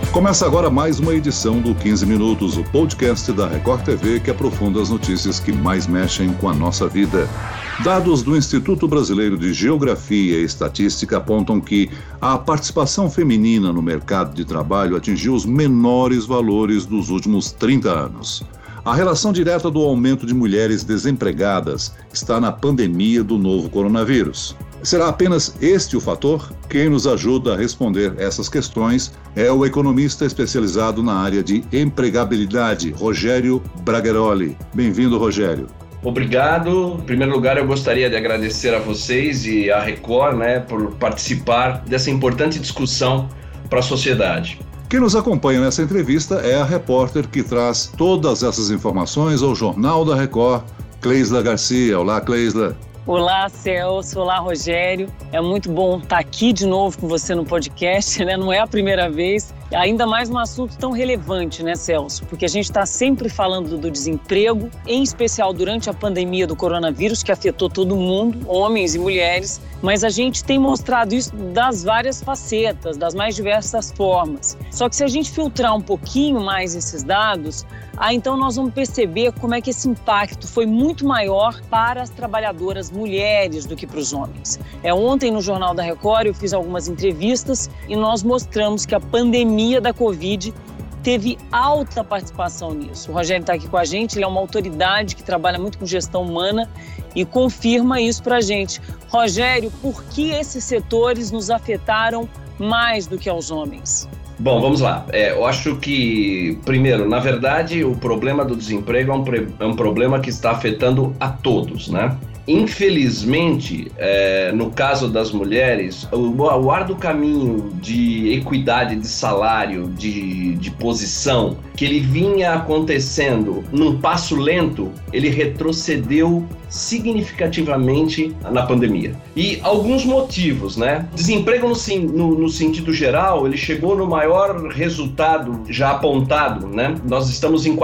Começa agora mais uma edição do 15 Minutos, o podcast da Record TV que aprofunda as notícias que mais mexem com a nossa vida. Dados do Instituto Brasileiro de Geografia e Estatística apontam que a participação feminina no mercado de trabalho atingiu os menores valores dos últimos 30 anos. A relação direta do aumento de mulheres desempregadas está na pandemia do novo coronavírus. Será apenas este o fator? Quem nos ajuda a responder essas questões é o economista especializado na área de empregabilidade, Rogério Bragueroli. Bem-vindo, Rogério. Obrigado. Em primeiro lugar, eu gostaria de agradecer a vocês e à Record, por participar dessa importante discussão para a sociedade. Quem nos acompanha nessa entrevista é a repórter que traz todas essas informações ao Jornal da Record, Cleisla Garcia. Olá, Cleisla. Olá, Celso. Olá, Rogério. É muito bom estar aqui de novo com você no podcast, Não é a primeira vez. Ainda mais um assunto tão relevante, Celso? Porque a gente está sempre falando do desemprego, em especial durante a pandemia do coronavírus, que afetou todo mundo, homens e mulheres, mas a gente tem mostrado isso das várias facetas, das mais diversas formas. Só que se a gente filtrar um pouquinho mais esses dados, então nós vamos perceber como é que esse impacto foi muito maior para as trabalhadoras mulheres do que para os homens. Ontem no Jornal da Record eu fiz algumas entrevistas e nós mostramos que a pandemia da Covid teve alta participação nisso. O Rogério está aqui com a gente, ele é uma autoridade que trabalha muito com gestão humana e confirma isso para a gente. Rogério, por que esses setores nos afetaram mais do que aos homens? Bom, vamos lá. Eu acho que, primeiro, na verdade, o problema do desemprego é um problema que está afetando a todos, Infelizmente, no caso das mulheres, o árduo caminho de equidade de salário, de posição, que ele vinha acontecendo num passo lento, ele retrocedeu significativamente na pandemia. E alguns motivos, Desemprego no sentido geral, ele chegou no maior resultado já apontado, Nós estamos em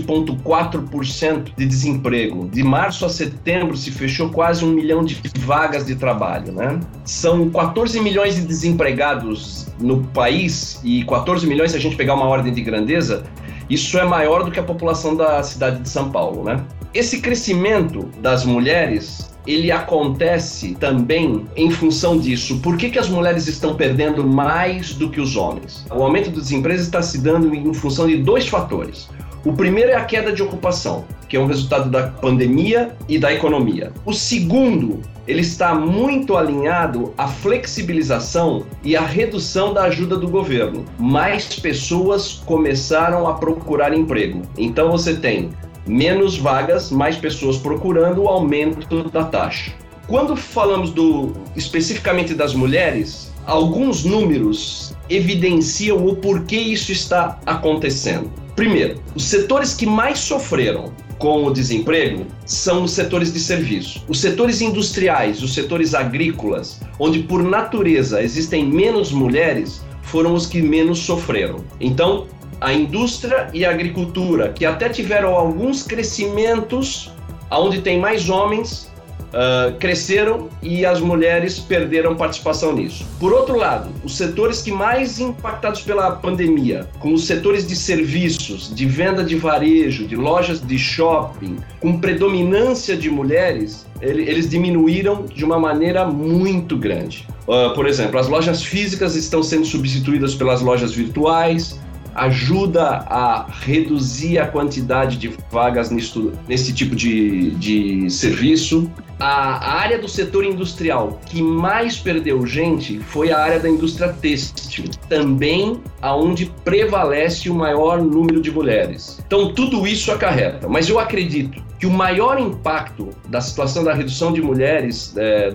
14,4% de desemprego. De março a setembro se fechou quase 1 milhão de vagas de trabalho, São 14 milhões de desempregados no país e 14 milhões, se a gente pegar uma ordem de grandeza, isso é maior do que a população da cidade de São Paulo, Esse crescimento das mulheres, ele acontece também em função disso. Por que as mulheres estão perdendo mais do que os homens? O aumento do desemprego está se dando em função de 2 fatores. O primeiro é a queda de ocupação, que é um resultado da pandemia e da economia. O segundo, ele está muito alinhado à flexibilização e à redução da ajuda do governo. Mais pessoas começaram a procurar emprego. Então você tem menos vagas, mais pessoas procurando, o aumento da taxa. Quando falamos especificamente das mulheres, alguns números evidenciam o porquê isso está acontecendo. Primeiro, os setores que mais sofreram com o desemprego são os setores de serviço. Os setores industriais, os setores agrícolas, onde por natureza existem menos mulheres, foram os que menos sofreram. Então, a indústria e a agricultura, que até tiveram alguns crescimentos, onde tem mais homens, cresceram e as mulheres perderam participação nisso. Por outro lado, os setores que mais impactados pela pandemia, como os setores de serviços, de venda de varejo, de lojas de shopping, com predominância de mulheres, eles diminuíram de uma maneira muito grande. Por exemplo, as lojas físicas estão sendo substituídas pelas lojas virtuais, ajuda a reduzir a quantidade de vagas nesse tipo de serviço. A área do setor industrial que mais perdeu gente foi a área da indústria têxtil, também aonde prevalece o maior número de mulheres. Então tudo isso acarreta, mas eu acredito que o maior impacto da situação da redução de mulheres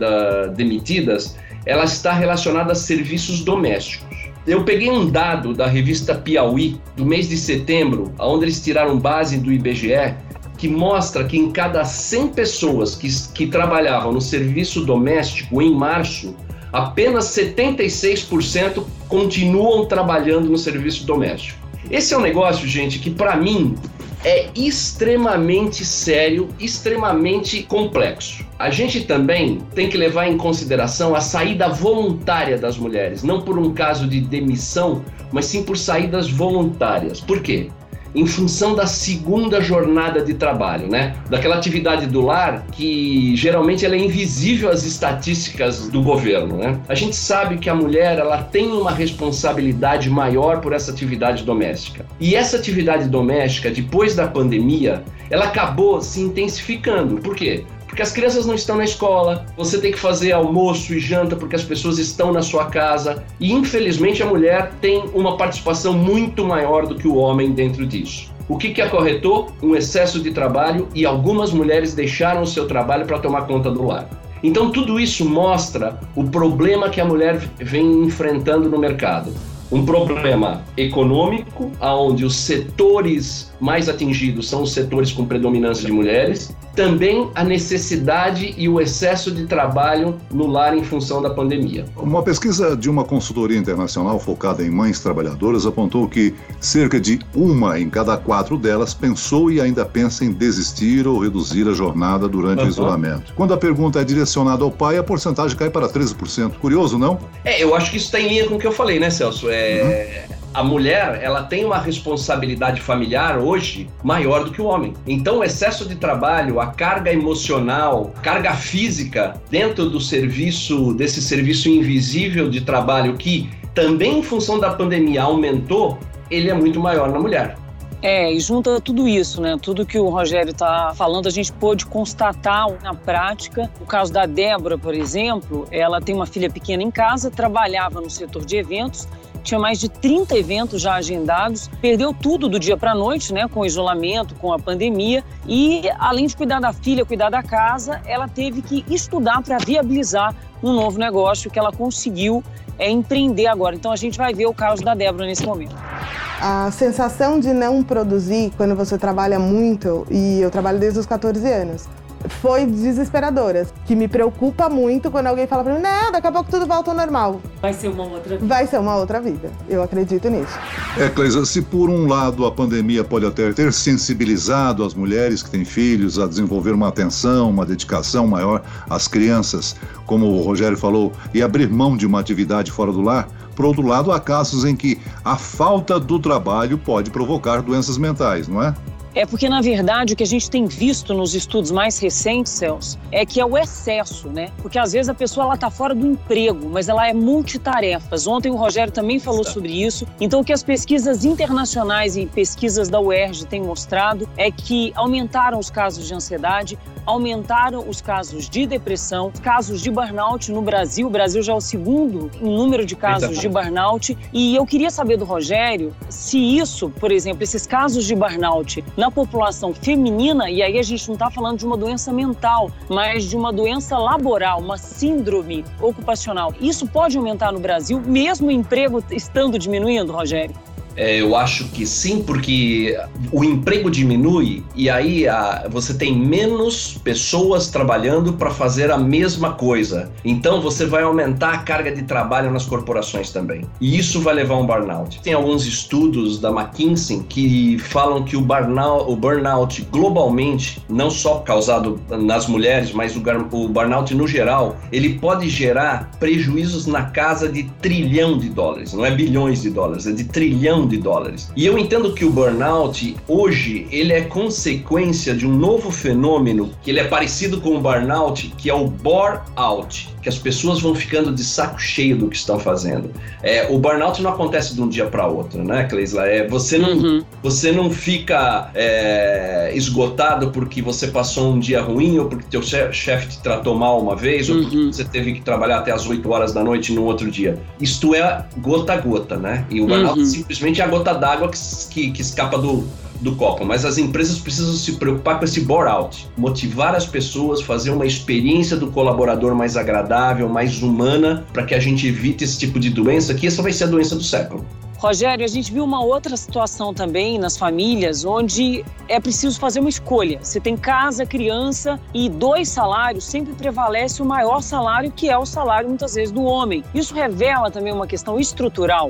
demitidas, ela está relacionada a serviços domésticos. Eu peguei um dado da revista Piauí, do mês de setembro, onde eles tiraram base do IBGE, que mostra que em cada 100 pessoas que trabalhavam no serviço doméstico em março, apenas 76% continuam trabalhando no serviço doméstico. Esse é um negócio, gente, que para mim é extremamente sério, extremamente complexo. A gente também tem que levar em consideração a saída voluntária das mulheres, não por um caso de demissão, mas sim por saídas voluntárias. Por quê? Em função da segunda jornada de trabalho, né? Daquela atividade do lar que geralmente ela é invisível às estatísticas do governo, né? A gente sabe que a mulher ela tem uma responsabilidade maior por essa atividade doméstica. E essa atividade doméstica, depois da pandemia, ela acabou se intensificando. Por quê? Porque as crianças não estão na escola, você tem que fazer almoço e janta porque as pessoas estão na sua casa e, infelizmente, a mulher tem uma participação muito maior do que o homem dentro disso. O que acarretou? Um excesso de trabalho e algumas mulheres deixaram o seu trabalho para tomar conta do lar. Então, tudo isso mostra o problema que a mulher vem enfrentando no mercado. Um problema econômico, onde os setores mais atingidos são os setores com predominância de mulheres. Também a necessidade e o excesso de trabalho no lar em função da pandemia. Uma pesquisa de uma consultoria internacional focada em mães trabalhadoras apontou que cerca de 1 em cada 4 delas pensou e ainda pensa em desistir ou reduzir a jornada durante o isolamento. Quando a pergunta é direcionada ao pai, a porcentagem cai para 13%. Curioso, não? Eu acho que isso está em linha com o que eu falei, né, Celso? A mulher, ela tem uma responsabilidade familiar hoje maior do que o homem. Então, o excesso de trabalho, a carga emocional, carga física dentro desse serviço invisível de trabalho que também em função da pandemia aumentou, ele é muito maior na mulher. E junta tudo isso, né? Tudo que o Rogério está falando, a gente pôde constatar na prática. O caso da Débora, por exemplo, ela tem uma filha pequena em casa, trabalhava no setor de eventos, tinha mais de 30 eventos já agendados, perdeu tudo do dia para a noite, né, com o isolamento, com a pandemia, e além de cuidar da filha, cuidar da casa, ela teve que estudar para viabilizar um novo negócio que ela conseguiu empreender agora. Então a gente vai ver o caso da Débora nesse momento. A sensação de não produzir quando você trabalha muito, e eu trabalho desde os 14 anos, foi desesperadora, que me preocupa muito quando alguém fala pra mim, não, daqui a pouco tudo volta ao normal. Vai ser uma outra vida. Vai ser uma outra vida, eu acredito nisso. Cleisa, se por um lado a pandemia pode até ter sensibilizado as mulheres que têm filhos a desenvolver uma atenção, uma dedicação maior às crianças, como o Rogério falou, e abrir mão de uma atividade fora do lar, por outro lado, há casos em que a falta do trabalho pode provocar doenças mentais, não é? Porque, na verdade, o que a gente tem visto nos estudos mais recentes, Celso, é que é o excesso, né? Porque, às vezes, a pessoa está fora do emprego, mas ela é multitarefas. Ontem o Rogério também falou sobre isso. Então, o que as pesquisas internacionais e pesquisas da UERJ têm mostrado é que aumentaram os casos de ansiedade, aumentaram os casos de depressão, casos de burnout no Brasil. O Brasil já é o segundo em número de casos de burnout. E eu queria saber do Rogério se isso, por exemplo, esses casos de burnout na população feminina, e aí a gente não está falando de uma doença mental, mas de uma doença laboral, uma síndrome ocupacional. Isso pode aumentar no Brasil, mesmo o emprego estando diminuindo, Rogério? Eu acho que sim, porque o emprego diminui e aí você tem menos pessoas trabalhando para fazer a mesma coisa. Então você vai aumentar a carga de trabalho nas corporações também. E isso vai levar a um burnout. Tem alguns estudos da McKinsey que falam que o burnout globalmente, não só causado nas mulheres, mas o burnout no geral, ele pode gerar prejuízos na casa de $1 trilhão. Não é bilhões de dólares, é de $1 trilhão. E eu entendo que o burnout, hoje, ele é consequência de um novo fenômeno, que ele é parecido com o burnout, que é o bore-out, que as pessoas vão ficando de saco cheio do que estão fazendo. O burnout não acontece de um dia para outro, né, Cleisla? Você não fica esgotado porque você passou um dia ruim, ou porque teu chefe te tratou mal uma vez, ou porque você teve que trabalhar até as 8 horas da noite no outro dia. Isto é gota a gota, né? E o burnout simplesmente é a gota d'água que escapa do copo, mas as empresas precisam se preocupar com esse bore-out, motivar as pessoas, fazer uma experiência do colaborador mais agradável, mais humana, para que a gente evite esse tipo de doença, que essa vai ser a doença do século. Rogério, a gente viu uma outra situação também nas famílias, onde é preciso fazer uma escolha. Você tem casa, criança e 2 salários, sempre prevalece o maior salário, que é o salário, muitas vezes, do homem. Isso revela também uma questão estrutural.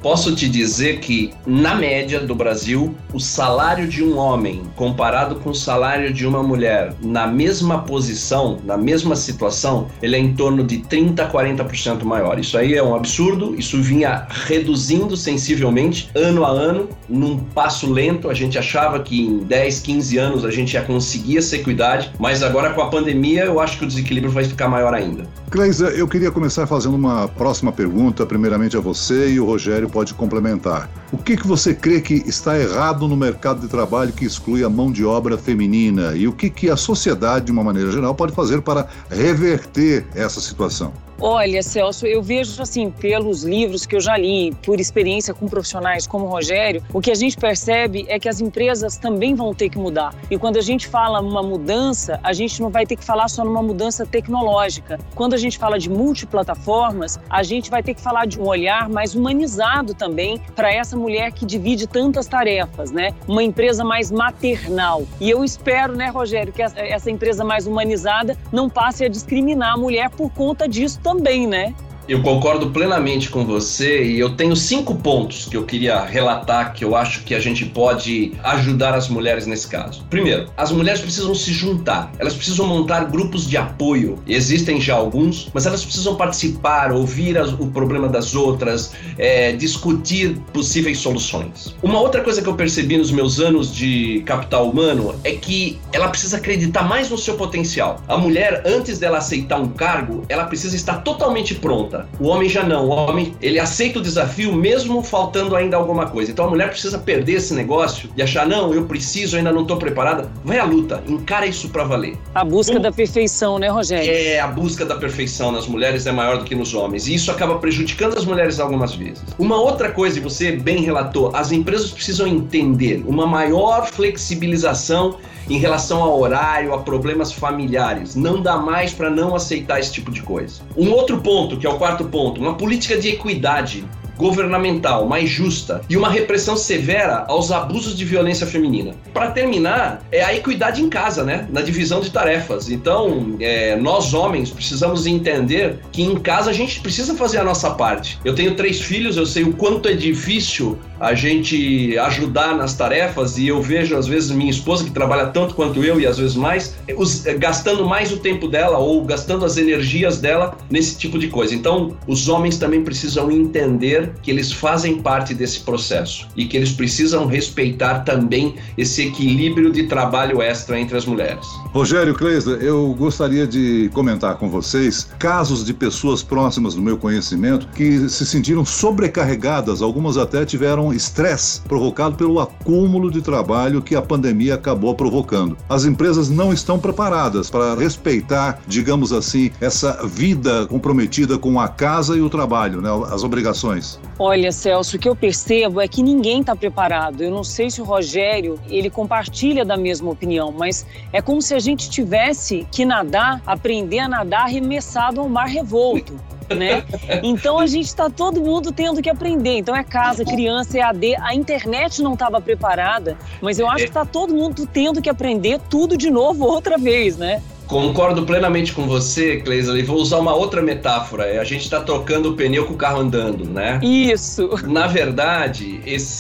posso te dizer que, na média do Brasil, o salário de um homem comparado com o salário de uma mulher na mesma posição, na mesma situação, ele é em torno de 30% a 40% maior. Isso aí é um absurdo, isso vinha reduzindo sensivelmente, ano a ano, num passo lento. A gente achava que em 10, 15 anos a gente já conseguia essa equidade, mas agora com a pandemia eu acho que o desequilíbrio vai ficar maior ainda. Cleisa, eu queria começar fazendo uma próxima pergunta, primeiramente a você, e o Rogério pode complementar. O que você crê que está errado no mercado de trabalho que exclui a mão de obra feminina? E o que a sociedade, de uma maneira geral, pode fazer para reverter essa situação? Olha, Celso, eu vejo assim, pelos livros que eu já li, por experiência com profissionais como o Rogério, o que a gente percebe é que as empresas também vão ter que mudar. E quando a gente fala uma mudança, a gente não vai ter que falar só numa mudança tecnológica. Quando a gente fala de multiplataformas, a gente vai ter que falar de um olhar mais humanizado também para essa mulher que divide tantas tarefas, né? Uma empresa mais maternal. E eu espero, né, Rogério, que essa empresa mais humanizada não passe a discriminar a mulher por conta disso também, né? Eu concordo plenamente com você e eu tenho 5 pontos que eu queria relatar que eu acho que a gente pode ajudar as mulheres nesse caso. Primeiro, as mulheres precisam se juntar, elas precisam montar grupos de apoio. Existem já alguns, mas elas precisam participar, ouvir o problema das outras, discutir possíveis soluções. Uma outra coisa que eu percebi nos meus anos de capital humano é que ela precisa acreditar mais no seu potencial. A mulher, antes dela aceitar um cargo, ela precisa estar totalmente pronta. O homem já não. O homem, ele aceita o desafio mesmo faltando ainda alguma coisa. Então a mulher precisa perder esse negócio de achar, não, eu preciso, ainda não estou preparada. Vai à luta, encara isso pra valer. A busca da perfeição, né, Rogério? A busca da perfeição nas mulheres é maior do que nos homens. E isso acaba prejudicando as mulheres algumas vezes. Uma outra coisa, e você bem relatou, as empresas precisam entender uma maior flexibilização em relação ao horário, a problemas familiares. Não dá mais para não aceitar esse tipo de coisa. Um outro ponto, que é o 4º ponto, uma política de equidade governamental mais justa e uma repressão severa aos abusos de violência feminina. Para terminar, é a equidade em casa, né? Na divisão de tarefas. Então, nós homens precisamos entender que em casa a gente precisa fazer a nossa parte. Eu tenho 3 filhos, eu sei o quanto é difícil a gente ajudar nas tarefas e eu vejo às vezes minha esposa, que trabalha tanto quanto eu e às vezes mais, gastando mais o tempo dela ou gastando as energias dela nesse tipo de coisa. Então, os homens também precisam entender que eles fazem parte desse processo e que eles precisam respeitar também esse equilíbrio de trabalho extra entre as mulheres. Rogério, Cleisa, eu gostaria de comentar com vocês casos de pessoas próximas do meu conhecimento que se sentiram sobrecarregadas, algumas até tiveram estresse provocado pelo acúmulo de trabalho que a pandemia acabou provocando. As empresas não estão preparadas para respeitar, digamos assim, essa vida comprometida com a casa e o trabalho, né, as obrigações. Olha, Celso, o que eu percebo é que ninguém está preparado. Eu não sei se o Rogério, ele compartilha da mesma opinião, mas é como se a gente tivesse que nadar, aprender a nadar arremessado ao mar revolto, né? Então a gente está todo mundo tendo que aprender. Então é casa, criança, EAD, a internet não estava preparada, mas eu acho que está todo mundo tendo que aprender tudo de novo outra vez, né? Concordo plenamente com você, Cleisa, e vou usar uma outra metáfora, a gente está trocando o pneu com o carro andando, né? Isso! Na verdade,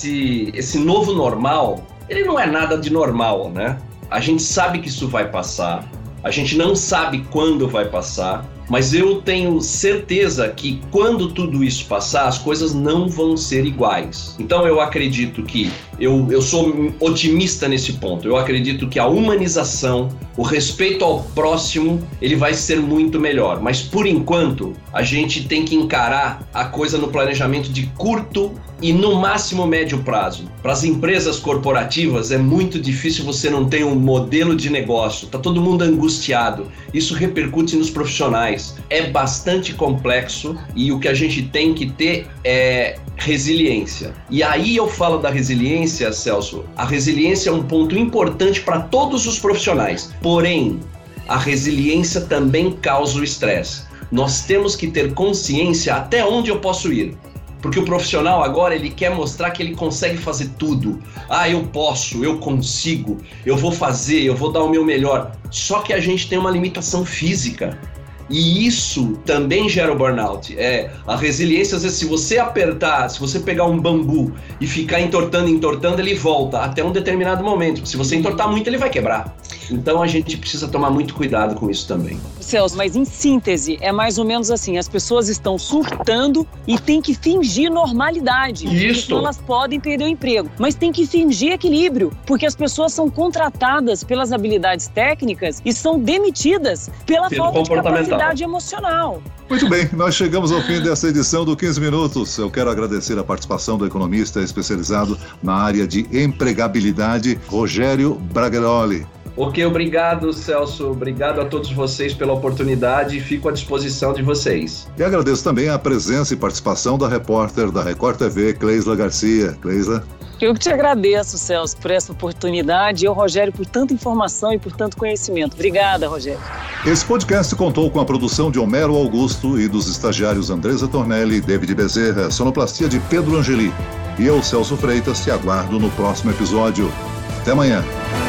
esse novo normal, ele não é nada de normal, né? A gente sabe que isso vai passar, a gente não sabe quando vai passar, mas eu tenho certeza que quando tudo isso passar, as coisas não vão ser iguais. Então eu acredito que, eu sou otimista nesse ponto, eu acredito que a humanização, o respeito ao próximo, ele vai ser muito melhor. Mas por enquanto, a gente tem que encarar a coisa no planejamento de curto e no máximo médio prazo. Para as empresas corporativas é muito difícil você não ter um modelo de negócio, tá todo mundo angustiado, isso repercute nos profissionais. É bastante complexo e o que a gente tem que ter é resiliência. E aí eu falo da resiliência, Celso, a resiliência é um ponto importante para todos os profissionais, porém, a resiliência também causa o estresse. Nós temos que ter consciência até onde eu posso ir. Porque o profissional agora, ele quer mostrar que ele consegue fazer tudo. Ah, eu posso, eu consigo, eu vou fazer, eu vou dar o meu melhor. Só que a gente tem uma limitação física. E isso também gera o burnout. A resiliência, às vezes, se você apertar, se você pegar um bambu e ficar entortando, ele volta até um determinado momento. Se você entortar muito, ele vai quebrar. Então a gente precisa tomar muito cuidado com isso também. Celso, mas em síntese, é mais ou menos assim, as pessoas estão surtando e tem que fingir normalidade. Isso. Senão elas podem perder o emprego. Mas tem que fingir equilíbrio, porque as pessoas são contratadas pelas habilidades técnicas e são demitidas pela falta de capacidade emocional. Muito bem, nós chegamos ao fim dessa edição do 15 Minutos. Eu quero agradecer a participação do economista especializado na área de empregabilidade, Rogério Bragaroli. Ok, obrigado, Celso. Obrigado a todos vocês pela oportunidade e fico à disposição de vocês. E agradeço também a presença e participação da repórter da Record TV, Cleisla Garcia. Cleisla. Eu que te agradeço, Celso, por essa oportunidade e ao Rogério por tanta informação e por tanto conhecimento. Obrigada, Rogério. Esse podcast contou com a produção de Homero Augusto e dos estagiários Andresa Tornelli e David Bezerra, sonoplastia de Pedro Angeli. E eu, Celso Freitas, te aguardo no próximo episódio. Até amanhã.